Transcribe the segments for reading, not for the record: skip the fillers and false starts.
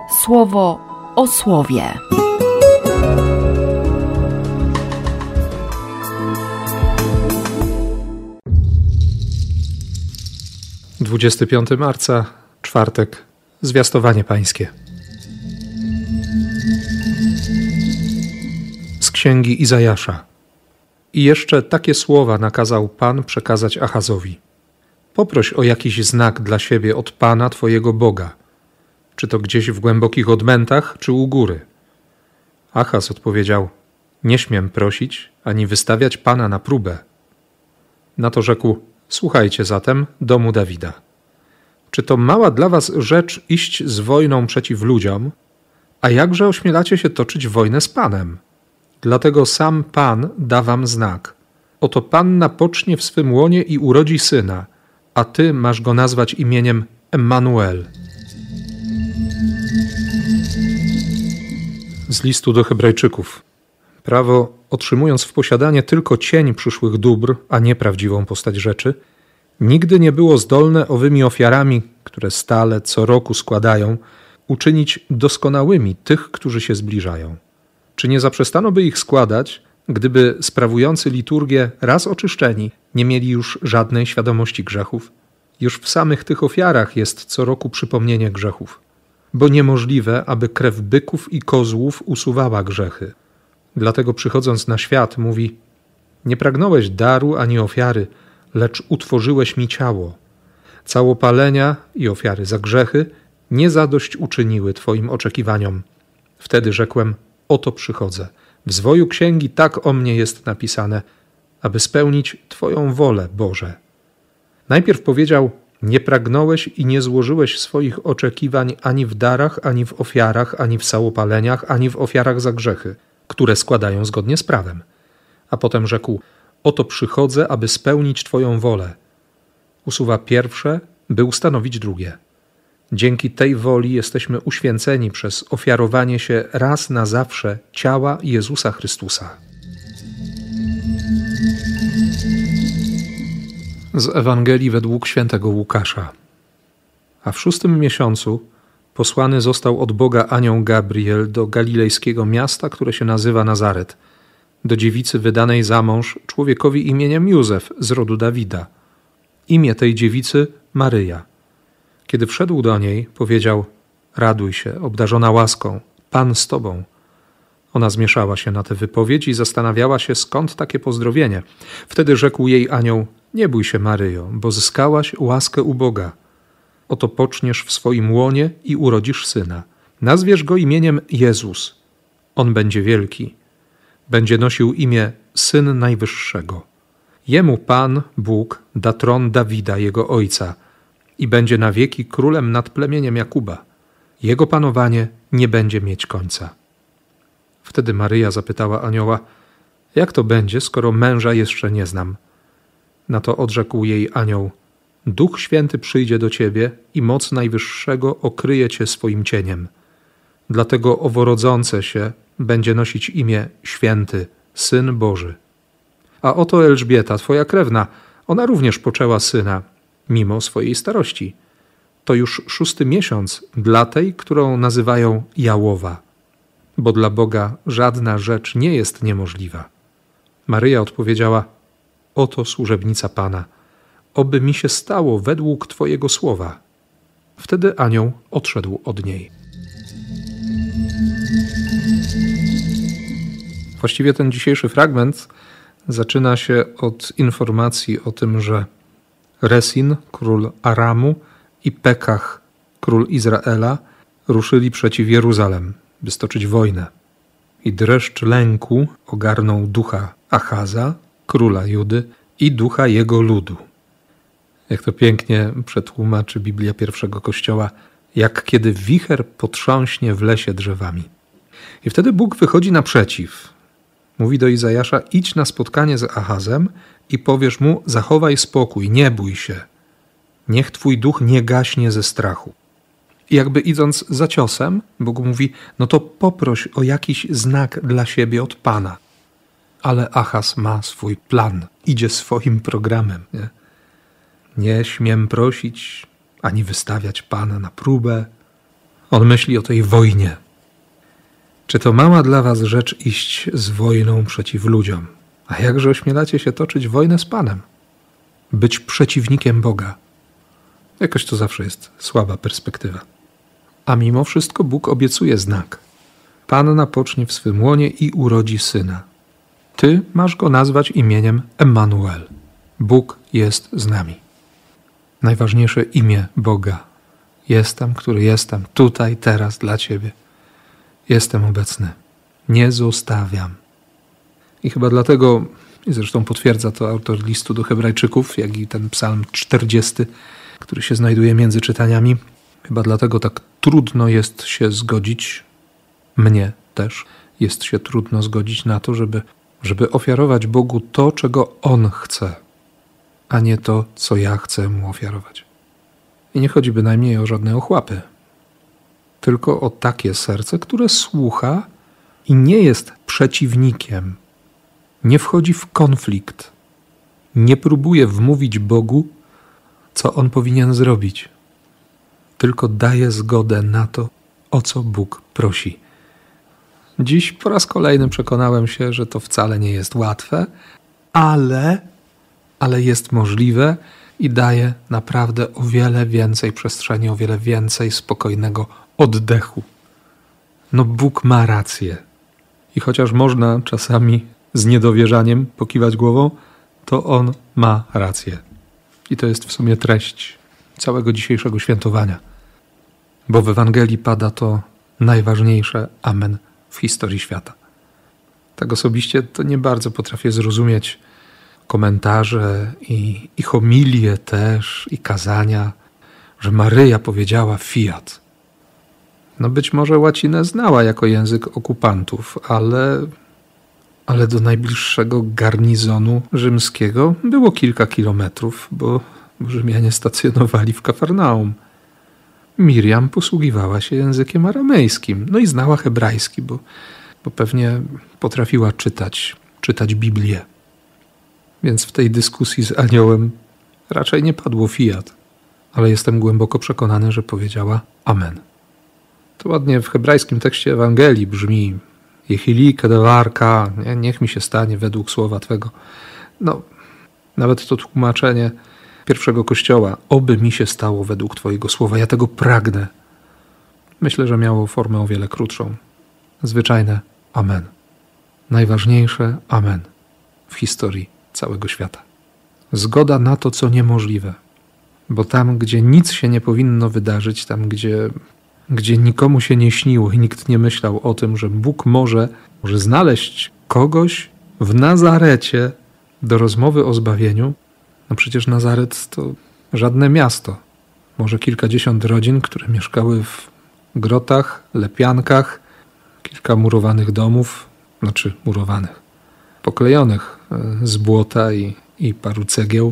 Słowo o słowie. Dwudziesty marca, czwartek, zwiastowanie pańskie. Z księgi Izajasza. I jeszcze takie słowa nakazał Pan przekazać Achazowi. Poproś o jakiś znak dla siebie od Pana Twojego Boga, czy to gdzieś w głębokich odmętach, czy u góry. Achaz odpowiedział: nie śmiem prosić, ani wystawiać Pana na próbę. Na to rzekł: słuchajcie zatem, domu Dawida. Czy to mała dla was rzecz iść z wojną przeciw ludziom? A jakże ośmielacie się toczyć wojnę z Panem? Dlatego sam Pan da wam znak. Oto panna pocznie w swym łonie i urodzi syna, a ty masz go nazwać imieniem Emmanuel. Z listu do Hebrajczyków. Prawo, otrzymując w posiadanie tylko cień przyszłych dóbr, a nie prawdziwą postać rzeczy, nigdy nie było zdolne owymi ofiarami, które stale co roku składają, uczynić doskonałymi tych, którzy się zbliżają. Czy nie zaprzestano by ich składać, gdyby sprawujący liturgię raz oczyszczeni nie mieli już żadnej świadomości grzechów? Już w samych tych ofiarach jest co roku przypomnienie grzechów, bo niemożliwe, aby krew byków i kozłów usuwała grzechy. Dlatego przychodząc na świat mówi: nie pragnąłeś daru ani ofiary, lecz utworzyłeś mi ciało. Całopalenia i ofiary za grzechy nie zadość uczyniły Twoim oczekiwaniom. Wtedy rzekłem: oto przychodzę. W zwoju księgi tak o mnie jest napisane, aby spełnić Twoją wolę, Boże. Najpierw powiedział: nie pragnąłeś i nie złożyłeś swoich oczekiwań ani w darach, ani w ofiarach, ani w całopaleniach, ani w ofiarach za grzechy, które składają zgodnie z prawem. A potem rzekł: oto przychodzę, aby spełnić Twoją wolę. Usuwa pierwsze, by ustanowić drugie. Dzięki tej woli jesteśmy uświęceni przez ofiarowanie się raz na zawsze ciała Jezusa Chrystusa. Z Ewangelii według świętego Łukasza. A w 6. miesiącu posłany został od Boga anioł Gabriel do galilejskiego miasta, które się nazywa Nazaret, do dziewicy wydanej za mąż człowiekowi imieniem Józef z rodu Dawida. Imię tej dziewicy Maryja. Kiedy wszedł do niej, powiedział: raduj się, obdarzona łaską, Pan z tobą. Ona zmieszała się na tę wypowiedź i zastanawiała się, skąd takie pozdrowienie. Wtedy rzekł jej anioł: nie bój się, Maryjo, bo zyskałaś łaskę u Boga. Oto poczniesz w swoim łonie i urodzisz syna. Nazwiesz go imieniem Jezus. On będzie wielki. Będzie nosił imię Syn Najwyższego. Jemu Pan, Bóg, da tron Dawida, jego ojca, i będzie na wieki królem nad plemieniem Jakuba. Jego panowanie nie będzie mieć końca. Wtedy Maryja zapytała anioła: jak to będzie, skoro męża jeszcze nie znam? Na to odrzekł jej anioł: Duch Święty przyjdzie do ciebie i moc Najwyższego okryje cię swoim cieniem. Dlatego oworodzące się będzie nosić imię Święty, Syn Boży. A oto Elżbieta, twoja krewna, ona również poczęła syna, mimo swojej starości. To już 6. miesiąc dla tej, którą nazywają Jałowa, bo dla Boga żadna rzecz nie jest niemożliwa. Maryja odpowiedziała: oto służebnica Pana, oby mi się stało według Twojego słowa. Wtedy anioł odszedł od niej. Właściwie ten dzisiejszy fragment zaczyna się od informacji o tym, że Resin, król Aramu, i Pekach, król Izraela, ruszyli przeciw Jeruzalem, by stoczyć wojnę. I dreszcz lęku ogarnął ducha Achaza, króla Judy, i ducha jego ludu. Jak to pięknie przetłumaczy Biblia pierwszego Kościoła, jak kiedy wicher potrząśnie w lesie drzewami. I wtedy Bóg wychodzi naprzeciw. Mówi do Izajasza: idź na spotkanie z Achazem i powiesz mu: zachowaj spokój, nie bój się. Niech twój duch nie gaśnie ze strachu. I jakby idąc za ciosem, Bóg mówi: no to poproś o jakiś znak dla siebie od Pana. Ale Achaz ma swój plan, idzie swoim programem. Nie śmiem prosić, ani wystawiać Pana na próbę. On myśli o tej wojnie. Czy to mała dla was rzecz iść z wojną przeciw ludziom? A jakże ośmielacie się toczyć wojnę z Panem? Być przeciwnikiem Boga. Jakoś to zawsze jest słaba perspektywa. A mimo wszystko Bóg obiecuje znak. Panna pocznie w swym łonie i urodzi syna. Ty masz go nazwać imieniem Emmanuel. Bóg jest z nami. Najważniejsze imię Boga. Jestem, który jestem, tutaj, teraz dla Ciebie. Jestem obecny. Nie zostawiam. I chyba dlatego, i zresztą potwierdza to autor listu do Hebrajczyków, jak i ten psalm 40, który się znajduje między czytaniami, chyba dlatego tak trudno jest się zgodzić, mnie też jest się trudno zgodzić na to, żeby ofiarować Bogu to, czego On chce, a nie to, co ja chcę Mu ofiarować. I nie chodzi bynajmniej o żadne ochłapy, tylko o takie serce, które słucha i nie jest przeciwnikiem, nie wchodzi w konflikt, nie próbuje wmówić Bogu, co On powinien zrobić, tylko daje zgodę na to, o co Bóg prosi. Dziś po raz kolejny przekonałem się, że to wcale nie jest łatwe, ale jest możliwe i daje naprawdę o wiele więcej przestrzeni, o wiele więcej spokojnego oddechu. No Bóg ma rację. I chociaż można czasami z niedowierzaniem pokiwać głową, to On ma rację. I to jest w sumie treść całego dzisiejszego świętowania. Bo w Ewangelii pada to najważniejsze amen w historii świata. Tak osobiście to nie bardzo potrafię zrozumieć komentarze i homilie też, i kazania, że Maryja powiedziała fiat. No być może łacinę znała jako język okupantów, ale do najbliższego garnizonu rzymskiego było kilka kilometrów, bo Rzymianie stacjonowali w Kafarnaum. Miriam posługiwała się językiem aramejskim, no i znała hebrajski, bo pewnie potrafiła czytać Biblię. Więc w tej dyskusji z aniołem raczej nie padło fiat, ale jestem głęboko przekonany, że powiedziała amen. To ładnie w hebrajskim tekście Ewangelii brzmi Jehili kedewarka, niech mi się stanie według słowa Twego. No, nawet to tłumaczenie pierwszego kościoła, oby mi się stało według Twojego słowa, ja tego pragnę. Myślę, że miało formę o wiele krótszą. Zwyczajne amen. Najważniejsze amen w historii całego świata. Zgoda na to, co niemożliwe. Bo tam, gdzie nic się nie powinno wydarzyć, tam, gdzie nikomu się nie śniło i nikt nie myślał o tym, że Bóg może znaleźć kogoś w Nazarecie do rozmowy o zbawieniu, no przecież Nazaret to żadne miasto. Może kilkadziesiąt rodzin, które mieszkały w grotach, lepiankach, kilka murowanych domów, murowanych, poklejonych z błota i paru cegieł.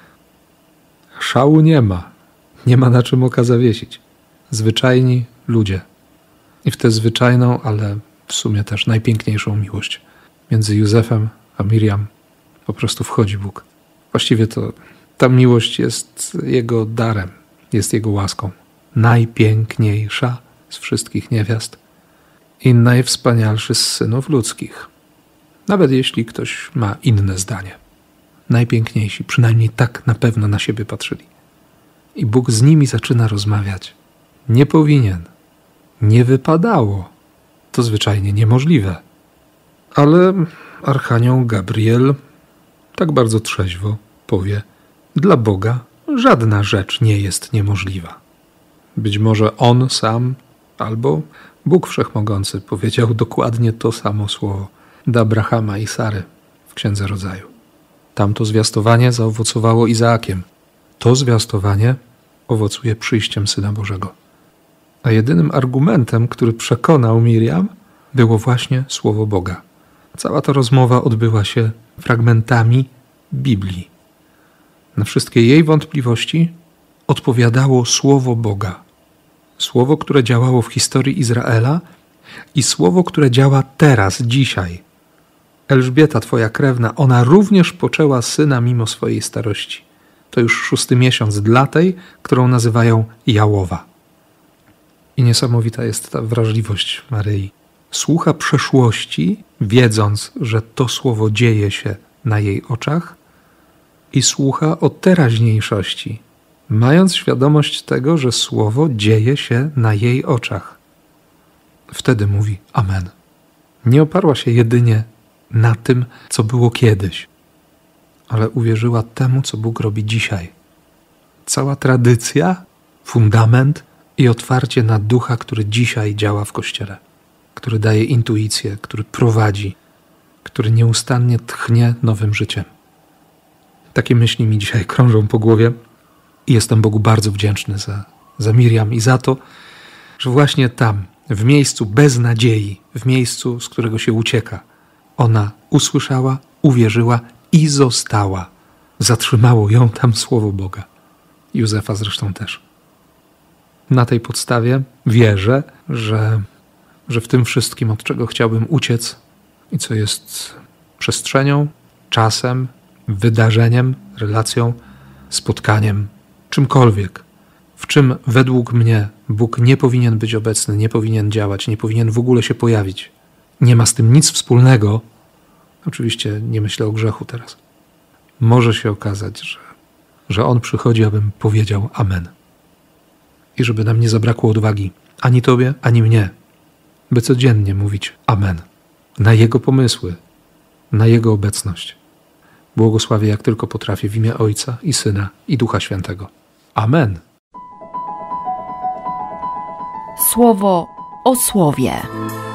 Szału nie ma. Nie ma na czym oka zawiesić. Zwyczajni ludzie. I w tę zwyczajną, ale w sumie też najpiękniejszą miłość między Józefem a Miriam po prostu wchodzi Bóg. Właściwie to ta miłość jest Jego darem, jest Jego łaską. Najpiękniejsza z wszystkich niewiast i najwspanialszy z synów ludzkich. Nawet jeśli ktoś ma inne zdanie. Najpiękniejsi, przynajmniej tak na pewno na siebie patrzyli. I Bóg z nimi zaczyna rozmawiać. Nie powinien. Nie wypadało. To zwyczajnie niemożliwe. Ale archanioł Gabriel tak bardzo trzeźwo powie, dla Boga żadna rzecz nie jest niemożliwa. Być może On sam albo Bóg Wszechmogący powiedział dokładnie to samo słowo do Abrahama i Sary w Księdze Rodzaju. Tamto zwiastowanie zaowocowało Izaakiem. To zwiastowanie owocuje przyjściem Syna Bożego. A jedynym argumentem, który przekonał Miriam, było właśnie słowo Boga. Cała ta rozmowa odbyła się fragmentami Biblii. Na wszystkie jej wątpliwości odpowiadało słowo Boga. Słowo, które działało w historii Izraela i słowo, które działa teraz, dzisiaj. Elżbieta, twoja krewna, ona również poczęła syna mimo swojej starości. To już 6. miesiąc dla tej, którą nazywają Jałowa. I niesamowita jest ta wrażliwość Maryi. Słucha przeszłości, wiedząc, że to słowo dzieje się na jej oczach, i słucha o teraźniejszości, mając świadomość tego, że słowo dzieje się na jej oczach. Wtedy mówi amen. Nie oparła się jedynie na tym, co było kiedyś, ale uwierzyła temu, co Bóg robi dzisiaj. Cała tradycja, fundament i otwarcie na Ducha, który dzisiaj działa w Kościele, który daje intuicję, który prowadzi, który nieustannie tchnie nowym życiem. Takie myśli mi dzisiaj krążą po głowie i jestem Bogu bardzo wdzięczny za Miriam i za to, że właśnie tam, w miejscu bez nadziei, w miejscu, z którego się ucieka, ona usłyszała, uwierzyła i została. Zatrzymało ją tam słowo Boga. Józefa zresztą też. Na tej podstawie wierzę, że w tym wszystkim, od czego chciałbym uciec i co jest przestrzenią, czasem, wydarzeniem, relacją, spotkaniem, czymkolwiek, w czym według mnie Bóg nie powinien być obecny, nie powinien działać, nie powinien w ogóle się pojawić. Nie ma z tym nic wspólnego. Oczywiście nie myślę o grzechu teraz. Może się okazać, że On przychodzi, abym powiedział amen. I żeby nam nie zabrakło odwagi, ani Tobie, ani mnie, by codziennie mówić amen. Na Jego pomysły, na Jego obecność. Błogosławię jak tylko potrafię w imię Ojca i Syna i Ducha Świętego. Amen. Słowo o słowie.